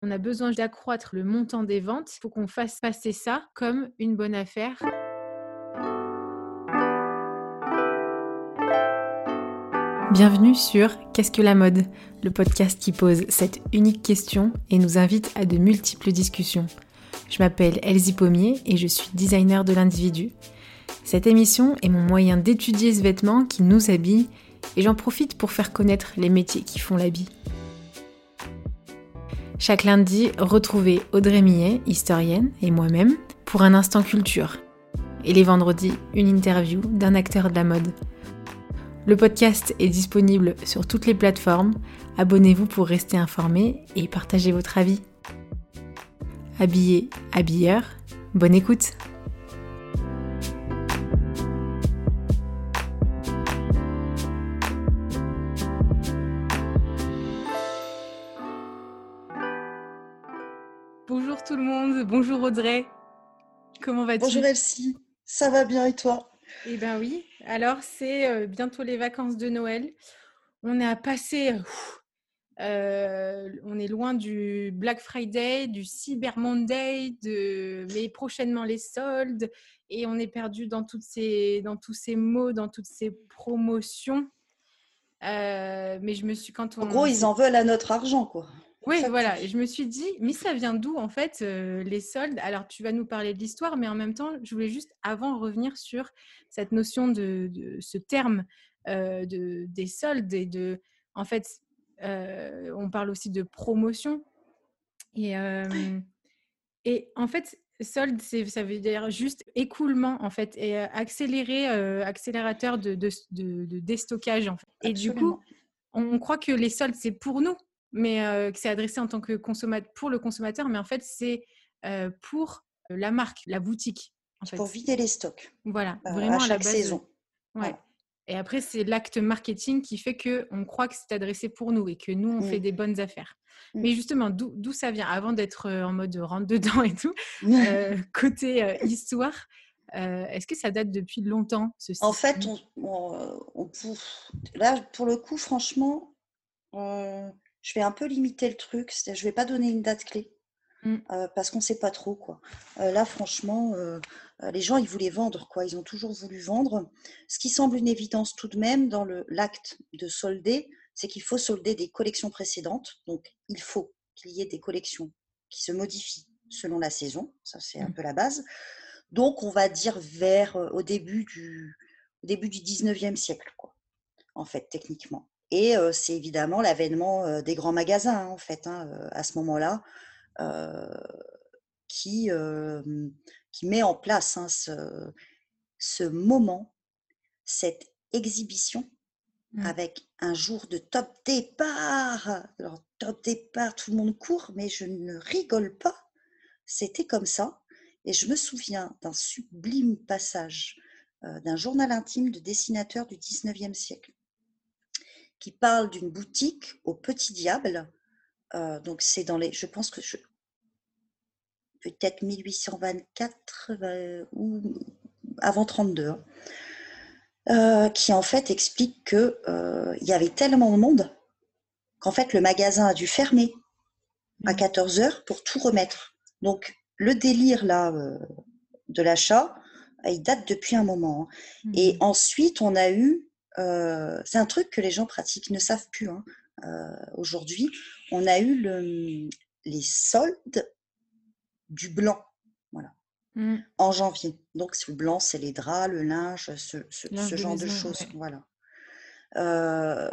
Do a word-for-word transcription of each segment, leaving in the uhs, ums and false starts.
On a besoin d'accroître le montant des ventes. Il faut qu'on fasse passer ça comme une bonne affaire. Bienvenue sur Qu'est-ce que la mode ? Le podcast qui pose cette unique question et nous invite à de multiples discussions. Je m'appelle Elsie Pommier et je suis designer de l'individu. Cette émission est mon moyen d'étudier ce vêtement qui nous habille et j'en profite pour faire connaître les métiers qui font l'habit. Chaque lundi, retrouvez Audrey Millet, historienne, et moi-même pour un instant culture. Et les vendredis, une interview d'un acteur de la mode. Le podcast est disponible sur toutes les plateformes. Abonnez-vous pour rester informé et partagez votre avis. Habillé, habilleur, bonne écoute. Bonjour tout le monde, bonjour Audrey. Comment vas-tu ? Bonjour Elsie, ça va bien et toi ? Eh bien oui, alors c'est euh, bientôt les vacances de Noël. On est à passer, euh, on est loin du Black Friday, du Cyber Monday, de, mais prochainement les soldes, et on est perdu dans, toutes ces, dans tous ces mots, dans toutes ces promotions. Euh, mais je me suis, quand on... En gros, ils en veulent à notre argent, quoi. Oui, voilà. Et je me suis dit, mais ça vient d'où, en fait, euh, les soldes ? Alors, tu vas nous parler de l'histoire, mais en même temps, je voulais juste, avant, revenir sur cette notion de, de ce terme euh, de, des soldes et de, en fait, euh, on parle aussi de promotion. Et, euh, et en fait, solde, c'est, ça veut dire juste écoulement, en fait, et euh, accéléré, euh, accélérateur de, de, de, de déstockage, en fait. Et Absolument. du coup, on croit que les soldes, c'est pour nous, mais euh, que c'est adressé en tant que consommateur, pour le consommateur, mais en fait, c'est euh, pour la marque, la boutique, en C'est pour fait. vider les stocks Voilà, euh, à vraiment à la chaque base. saison. Ouais. Voilà. Et après, c'est l'acte marketing qui fait qu'on croit que c'est adressé pour nous et que nous, on Mm. fait des bonnes affaires. Mm. Mais justement, d'où, d'où ça vient ? Avant d'être en mode rentre dedans et tout, euh, côté euh, histoire, euh, est-ce que ça date depuis longtemps, ce En système ? fait, on, on, on, là, pour le coup, franchement, euh, je vais un peu limiter le truc. Je ne vais pas donner une date clé. Mm. Euh, parce qu'on ne sait pas trop, quoi. Euh, là, franchement, euh, les gens, ils voulaient vendre, quoi. Ils ont toujours voulu vendre. Ce qui semble une évidence tout de même dans le, l'acte de solder, c'est qu'il faut solder des collections précédentes. Donc, il faut qu'il y ait des collections qui se modifient selon la saison. Ça, c'est un Mm. peu la base. Donc, on va dire vers euh, au début du, au début du dix-neuvième siècle, quoi, en fait, techniquement. Et euh, c'est évidemment l'avènement euh, des grands magasins, hein, en fait, hein, euh, à ce moment-là. Euh, qui, euh, qui met en place hein, ce, ce moment, cette exhibition Mm. avec un jour de top départ. Alors, top départ, tout le monde court, mais je ne rigole pas. C'était comme ça. Et je me souviens d'un sublime passage euh, d'un journal intime de dessinateur du dix-neuvième siècle qui parle d'une boutique au Petit Diable. Euh, donc, c'est dans les. Je pense que je, peut-être mille huit cent vingt-quatre euh, ou avant trente-deux, hein, euh, qui en fait explique qu'il euh, y avait tellement de monde qu'en fait le magasin a dû fermer à quatorze heures pour tout remettre. Donc le délire là euh, de l'achat, il date depuis un moment. Hein. Mm. Et ensuite on a eu, euh, c'est un truc que les gens pratiquent, ne savent plus hein, euh, aujourd'hui, on a eu le, les soldes du blanc. Voilà. Mm. En janvier. Donc, le blanc, c'est les draps, le linge, ce, ce, Linge ce de genre maison, de choses. ouais. Voilà. Euh,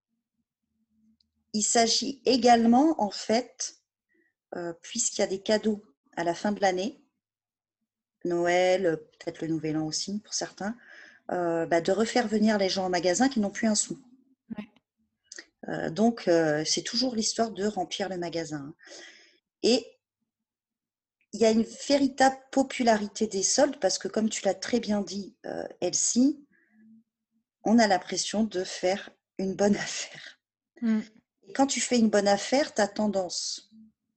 il s'agit également, en fait, euh, puisqu'il y a des cadeaux à la fin de l'année, Noël, peut-être le Nouvel An aussi pour certains, euh, bah, de refaire venir les gens au magasin qui n'ont plus un sou. Ouais. Euh, donc, euh, c'est toujours l'histoire de remplir le magasin. Et il y a une véritable popularité des soldes parce que, comme tu l'as très bien dit, euh, Elsie, on a l'impression de faire une bonne affaire. Mm. Et quand tu fais une bonne affaire, tu as tendance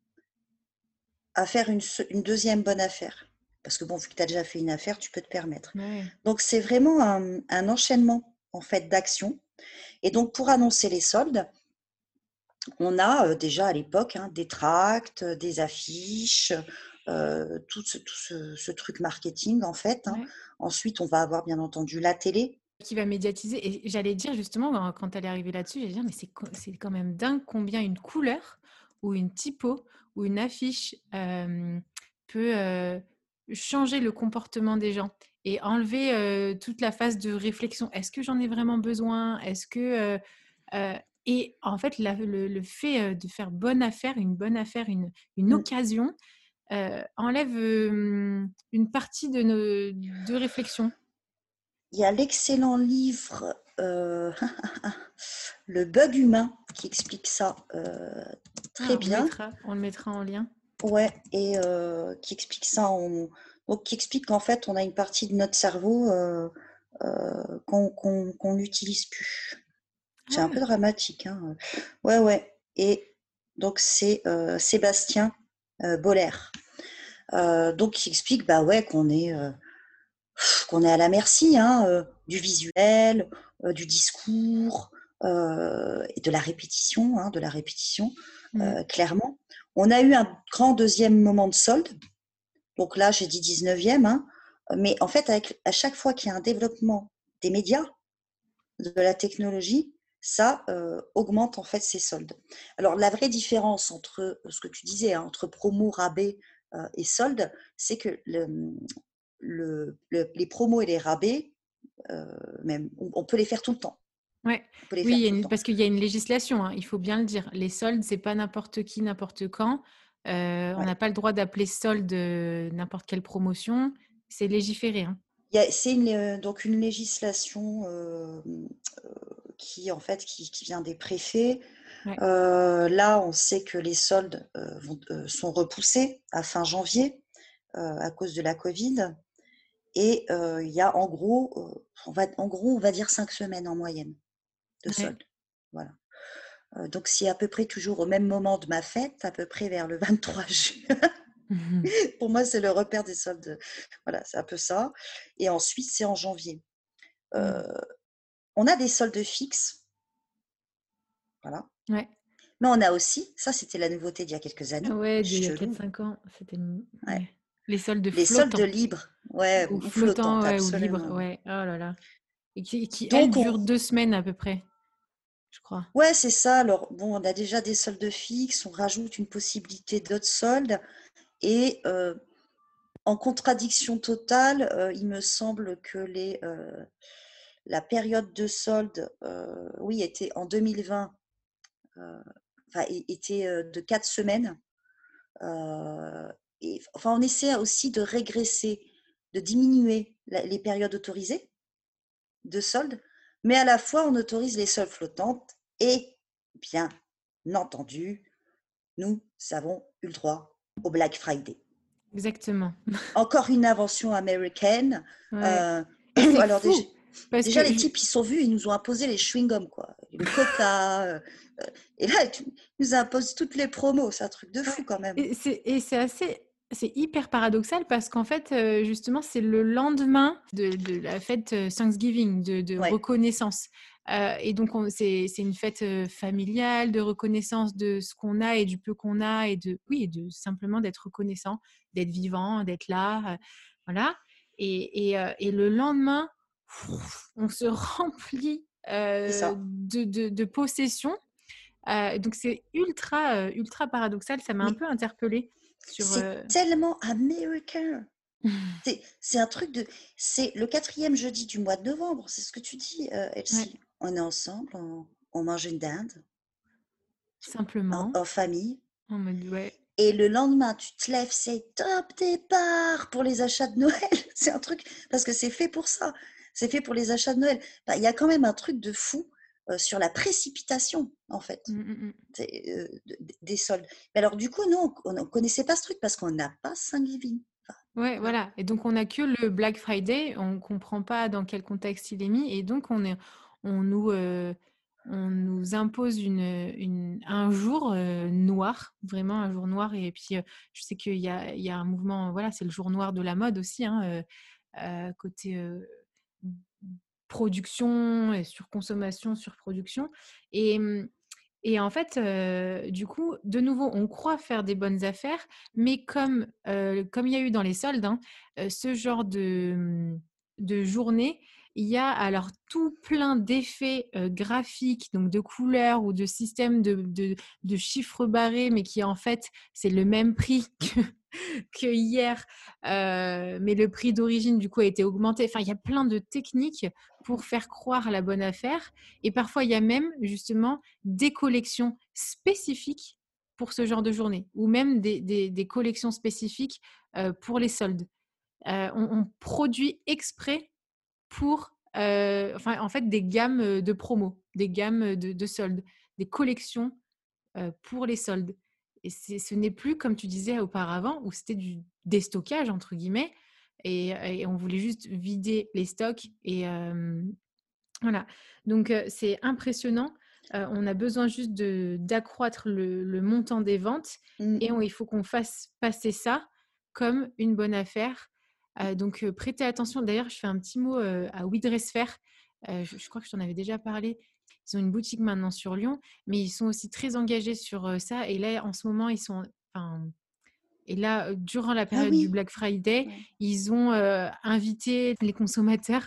à faire une, une deuxième bonne affaire. Parce que bon, vu que tu as déjà fait une affaire, tu peux te permettre. Ouais. Donc, c'est vraiment un, un enchaînement en fait d'actions. Et donc, pour annoncer les soldes, on a, heu, déjà à l'époque, hein, des tracts, heu, des affiches, heu, tout ce tout ce ce truc marketing en fait, hein. Ouais. Ensuite, on va avoir bien entendu la télé. Qui va médiatiser et j'allais dire justement quand quand elle est arrivée là-dessus, j'allais dire: «Mais c'est co c'est quand même dingue combien une couleur ou une typo ou une affiche, hem, peut, heu, changer le comportement des gens et enlever, heu, toute la phase de réflexion. Est-ce que j'en ai vraiment besoin? Est-ce que, heu heu» et en fait la le le fait, heu, de faire bonne affaire, une bonne affaire, une une Mmh. occasion, heu, enlève, hem, une partie de nos de réflexion. Il y a l'excellent livre, heu, Le bug humain qui explique ça, heu, très Ah, on le bien. mettra on le mettra en lien. Ouais et heu, qui explique ça en donc qui explique qu'en fait, on a une partie de notre cerveau, heu heu, qu'on qu'on qu'on n'utilise plus. C'est un peu Ah! dramatique, hein, heu, ouais, ouais et donc c'est, heu, Sébastien, heu, Boller, heu, donc qui explique, bah, ouais, qu'on est, heu, qu'on est à la merci, hein, heu, du visuel, heu, du discours, heu et de la répétition, hein, de la répétition, Mmh. heu, clairement. On a eu un grand deuxième moment de solde. Donc là, j'ai dit dix-neuvième, hein, mais en fait, avec à chaque fois qu'il y a un développement des médias, de la technologie, ça, heu, augmente en fait ses soldes. Alors la vraie différence entre, heu, ce que tu disais, hein, entre promo, rabais, heu, et soldes, c'est que le, mmh, le le les promos et les rabais, heu, même on on peut les faire tout le temps. Ouais. On peut les Oui, il faire y a tout le une temps. parce qu'il y a une législation, hein, il faut bien le dire. Les soldes, c'est pas n'importe qui, n'importe quand. Heu, on Ouais. n'a pas le droit d'appeler solde, heu, n'importe quelle promotion. C'est légiféré, hein. Il y a c'est une, heu, donc une législation, hem, heu, qui en fait qui qui vient des préfets. Ouais, Heu, là, on sait que les soldes, heu, vont heu, sont repoussés à fin janvier, heu, à cause de la covid et heu, il y a en gros, heu, on va en gros, on va dire cinq semaines en moyenne de ouais. soldes. Voilà. Heu, donc c'est à peu près toujours au même moment de ma fête, à peu près vers le vingt-trois juin. Pour moi, c'est le repère des soldes, voilà, c'est un peu ça et ensuite, c'est en janvier. Mmh. Heu, on a des soldes fixes, voilà, Ouais. mais on a aussi ça, c'était la nouveauté d'il y a quelques années, Ouais, d'il y a quatre chelou, cinq ans, c'était mmh, ouais. ouais. Les soldes Les soldes flottants libres, ouais, ou ou flottantes, flottants, ouais, ou libres, absolument. ouais. Oh là là et qui qui, elles, Donc on durent deux semaines à peu près, je crois. ouais, c'est ça. Alors bon, on a déjà des soldes fixes, on rajoute une possibilité d'autres soldes et heu, en contradiction totale, heu, il me semble que les, heu, la période de solde, heu, oui, était en deux mille vingt, heu, enfin, é était, heu, de quatre semaines, heu et enfin, on essaie aussi de régresser, de diminuer la les périodes autorisées de soldes, mais à la fois on autorise les soldes flottantes et bien entendu, nous avons eu le droit au Black Friday. Exactement. Encore une invention américaine, Ouais heu, et c'est alors déj fou parce déjà que les je types, ils sont vus, ils nous ont imposé les chewing-gums quoi, le Coca, heu heu et là, tu ils nous imposent toutes les promos, c'est un truc de Ouais fou quand même. et c'est et c'est assez c'est hyper paradoxal parce qu'en fait, heu, justement, c'est le lendemain de de la fête, heu, Thanksgiving, de de Ouais, reconnaissance, heu et donc on c'est c'est une fête, heu, familiale de reconnaissance de ce qu'on a et du peu qu'on a et de oui, de simplement d'être reconnaissant, d'être vivant, d'être là, heu, voilà et et heu et le lendemain, on se remplit, c'est heu, ça. de de de possessions. Heu, donc c'est ultra, heu, ultra paradoxal. Ça m'a un Mais peu interpellée sur, c'est heu tellement américain. C'est c'est un truc de c'est le quatrième jeudi du mois de novembre, c'est ce que tu dis, heu, ouais, Elsie. On est ensemble, on on mange une dinde, en simplement, en famille en mode ouais, et le lendemain, tu te lèves, c'est top départ pour les achats de Noël. C'est un truc parce que c'est fait pour ça. C'est fait pour les achats de Noël. Bah, il y a quand même un truc de fou, heu, sur la précipitation, en fait, mmh, mmh mh. c'est, heu, de des des soldes. Mais alors du coup, nous, on ne connaissait pas ce truc parce qu'on n'a pas Thanksgiving. Enfin, Ouais, voilà. voilà et donc on a que le Black Friday, on comprend pas dans quel contexte il est mis et donc on est on nous, heu, on nous impose une, une un jour, heu, noir, vraiment un jour noir et puis, heu, je sais qu'il y a il y a un mouvement, voilà, c'est le jour noir de la mode aussi, hein, heu heu, côté, heu, production et surconsommation, surproduction et mmh Et en fait, heu, du coup, de nouveau, on croit faire des bonnes affaires, mais comme, heu, comme il y a eu dans les soldes, hein, heu, ce genre de, mmh, de journée, il y a alors tout plein d'effets, heu, graphiques, donc de couleurs ou de systèmes de de de chiffres barrés, mais qui en fait, c'est le même prix que que hier, heu, mais le prix d'origine, du coup, a été augmenté. Enfin, il y a plein de techniques pour faire croire à la bonne affaire et parfois, il y a même justement des collections spécifiques pour ce genre de journée ou même des, des, des collections spécifiques euh, pour les soldes. Euh, on, on produit exprès pour, euh, enfin, en fait, des gammes de promo, des gammes de, de soldes, des collections euh, pour les soldes. Et c'est, ce n'est plus comme tu disais auparavant où c'était du déstockage entre guillemets et, et on voulait juste vider les stocks et, euh, voilà, donc heu, c'est impressionnant. Heu, on a besoin juste de d'accroître le le montant des ventes Mmh. et on il faut qu'on fasse passer ça comme une bonne affaire. Heu, donc heu, prêtez attention. D'ailleurs, je fais un petit mot, heu, à WeDressFair. Heu, je je crois que je t'en avais déjà parlé. Ils ont une boutique maintenant sur Lyon, mais ils sont aussi très engagés sur, heu, ça et là, en ce moment, ils sont enfin et là, heu, durant la Ah période du oui, Black Friday, ouais. ils ont, heu, invité les consommateurs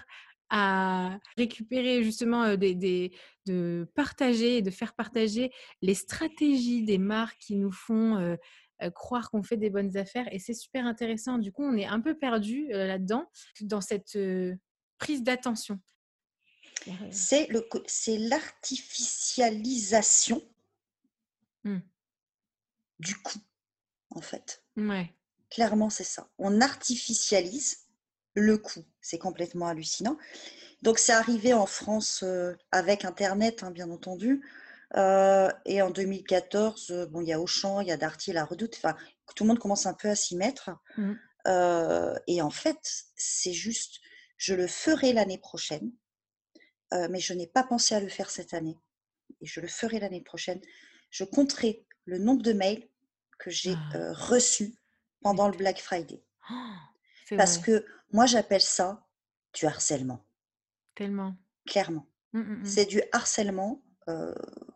à récupérer justement, heu, des des de partager et de faire partager les stratégies des marques qui nous font, heu heu, croire qu'on fait des bonnes affaires et c'est super intéressant. Du coup, on est un peu perdu là-dedans, dans cette, heu, prise d'attention. C'est le co c'est l'artificialisation Mmh. du coût, en fait. Ouais. Clairement, c'est ça. On artificialise le coût. C'est complètement hallucinant. Donc c'est arrivé en France, heu, avec internet, hein, bien entendu, heu et en deux mille quatorze, heu, bon, il y a Auchan, il y a Darty, La Redoute, enfin, tout le monde commence un peu à s'y mettre, Mmh. heu et en fait, c'est juste, je le ferai l'année prochaine, heu, mais je n'ai pas pensé à le faire cette année et je le ferai l'année prochaine. Je compterai le nombre de mails que j'ai, Ah, heu, reçus mais pendant le t Black Friday. c'est Parce vrai, que moi, j'appelle ça du harcèlement, tellement. clairement. Mmh, mmh C'est du harcèlement, heu,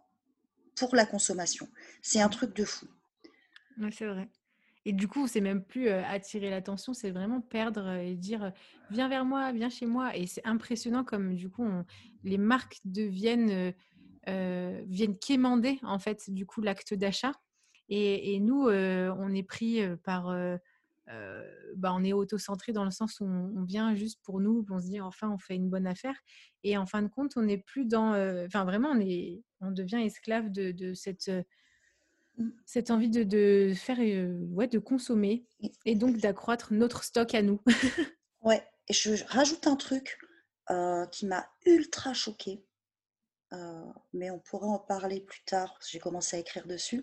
pour la consommation. C'est un mh. truc de fou. Ouais, c'est vrai. Et du coup, c'est même plus, heu, attirer l'attention, c'est vraiment perdre, heu, et dire, heu: «Viens vers moi, viens chez moi» et c'est impressionnant comme du coup on les marques deviennent, heu heu, viennent quémander en fait, du coup, l'acte d'achat et et nous, heu, on est pris, heu, par, heu heu, bah, on est autocentré dans le sens où on on vient juste pour nous, on se dit: «Enfin, on fait une bonne affaire» et en fin de compte, on n'est plus dans, heu enfin vraiment on est on devient esclave de de cette, heu Mmh. cette envie de de faire, heu, ouais, de consommer Et et donc d'accroître notre stock à nous. ouais, et je je rajoute un truc, heu, qui m'a ultra choquée, heu, mais on pourra en parler plus tard parce que j'ai commencé à écrire dessus.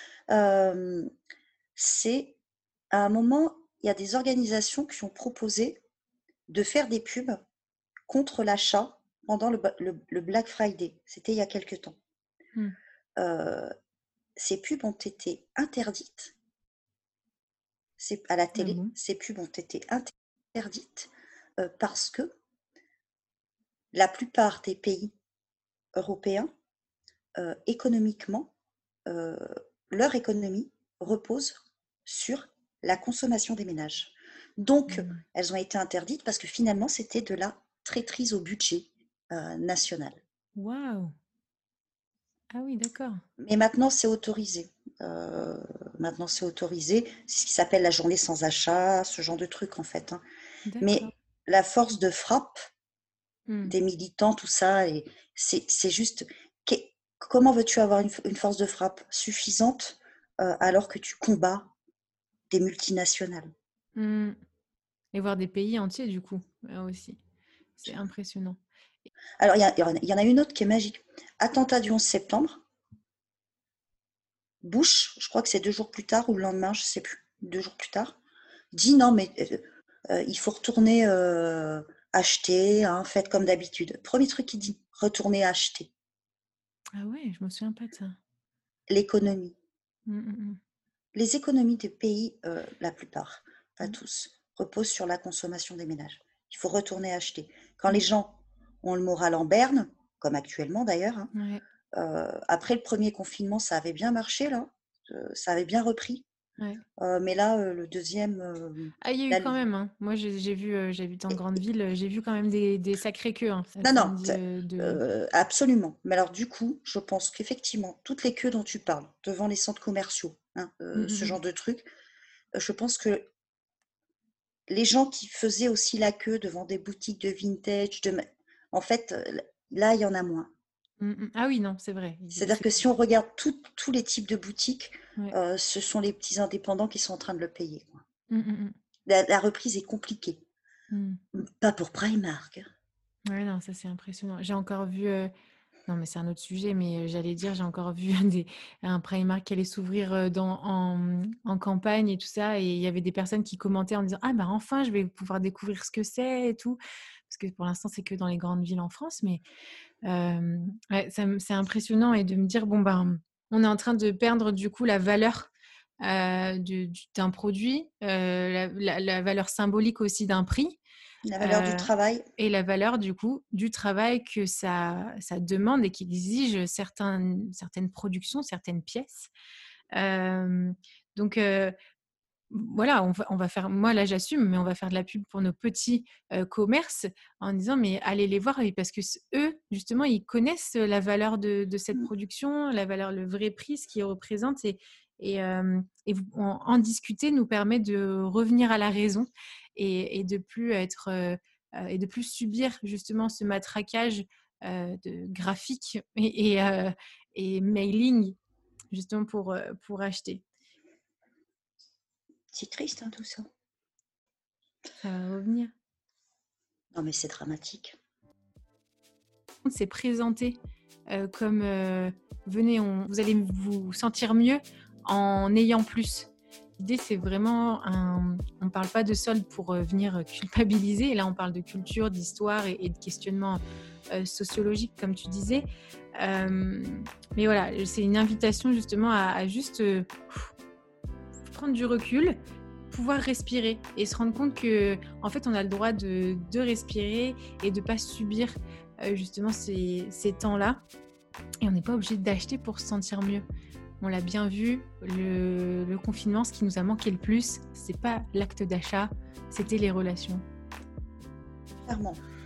Hem, c'est à un moment, il y a des organisations qui ont proposé de faire des pubs contre l'achat pendant le ba le le Black Friday. C'était il y a quelque temps. Mmh. Heu, ces pubs ont été interdites. C'est à la Ah télé, bon? ces pubs ont été interdites, heu, parce que la plupart des pays européens, heu, économiquement, heu, leur économie repose sur la consommation des ménages. Donc Mmh. elles ont été interdites parce que finalement c'était de la traîtrise au budget, heu, national. Waouh! Ah oui, d'accord. Mais maintenant c'est autorisé, heu, maintenant c'est autorisé. C'est ce qui s'appelle la journée sans achat, ce genre de truc en fait, hein. D'accord. Mais la force de frappe Mmh. des militants, tout ça, et c'est c'est juste qu'est comment veux-tu avoir une f une force de frappe suffisante, heu, alors que tu combats des multinationales? Mmh. Et voir des pays entiers du coup, heu, aussi. C'est impressionnant. Alors il y a il y en a il y en a une autre qui est magique. Attentat du onze septembre, Bush, je crois que c'est deux jours plus tard ou le lendemain, je sais plus, deux jours plus tard, dit: «Non mais, heu heu, il faut retourner, heu, acheter, hein, faites comme d'habitude». Premier truc qu'il dit: «Retournez acheter». Ah ouais, je me souviens pas de ça. L'économie. Mmh, mmh mh. Les économies des pays, heu, la plupart, pas Mmh. tous, reposent sur la consommation des ménages. Il faut retourner acheter. Quand les Mmh. gens ont le moral en berne, comme actuellement d'ailleurs, hein, Ouais. Heu, après le premier confinement, ça avait bien marché là, heu, ça avait bien repris. Ouais. Heu, mais là, heu, le deuxième, hem, Ah, il y a eu là quand le même, hein. Moi, j'ai j'ai vu, heu, j'habite en et grande ville, heu, j'ai vu quand même des des sacrées queues, hein, sa non, non, samedi, tu heu, de heu, absolument. Mais alors du coup, je pense qu'effectivement, toutes les queues dont tu parles, devant les centres commerciaux, hein, mmh, heu, mmh ce mh. genre de trucs, heu, je pense que les gens qui faisaient aussi la queue devant des boutiques de vintage, de ma en fait, heu, là, il y en a moins. Mmh mh. Ah oui, non, c'est vrai. Il C'est-à-dire c'est que si on regarde tous tous les types de boutiques, ouais. heu, ce sont les petits indépendants qui sont en train de le payer, quoi. Mmh, mmh mh. La la reprise est compliquée. Mmh. Mmh, pas pour Primark, hein. Ouais, non, ça, c'est impressionnant. J'ai encore vu, heu non, mais c'est un autre sujet, mais heu, j'allais dire, j'ai encore vu un des un Primark qui allait s'ouvrir, heu, dans en, mmh, en campagne et tout ça et il y avait des personnes qui commentaient en disant: «Ah bah, enfin, je vais pouvoir découvrir ce que c'est et tout». Parce que pour l'instant, c'est que dans les grandes villes en France, mais hem, ouais, ça me c'est impressionnant et de me dire: «Bon, ben, on est en train de perdre du coup la valeur, heu, du du d'un produit, heu, la la la valeur symbolique aussi d'un prix». La valeur du Heu travail, et la valeur du coup, du travail que ça ça demande et qui exige certains certaines productions, certaines pièces. Hem, donc heu, voilà, on va on va faire moi là j'assume, mais on va faire de la pub pour nos petits, heu, commerces en disant: «Mais allez les voir et parce que c eux, justement, ils connaissent la valeur de de cette mmh, production, la valeur, le vrai prix, ce qu'ils représentent» et et hem et vous en en discuter nous permet de revenir à la raison et et de plus être, heu heu et de plus subir justement ce matraquage, heu, de graphique et et heu et mailing justement pour, heu, pour acheter. c'est triste, hein, tout ça. Ça va revenir. Non, mais c'est dramatique. C'est présenté, heu, comme, heu: «Venez, on vous allez vous sentir mieux en ayant plus». L'idée, c'est vraiment un on parle pas de solde pour, heu, venir, culpabiliser. Là, on parle de culture, d'histoire et et de questionnement, heu, sociologique comme tu disais. Hem, mais voilà, c'est une invitation justement à à juste, heu, prendre du recul, pouvoir respirer et se rendre compte que en fait, on a le droit de de respirer et de pas subir, heu, justement ces ces temps-là et on n'est pas obligé d'acheter pour se sentir mieux. On l'a bien vu, le le confinement, ce qui nous a manqué le plus, c'est pas l'acte d'achat, c'était les relations. Clairement.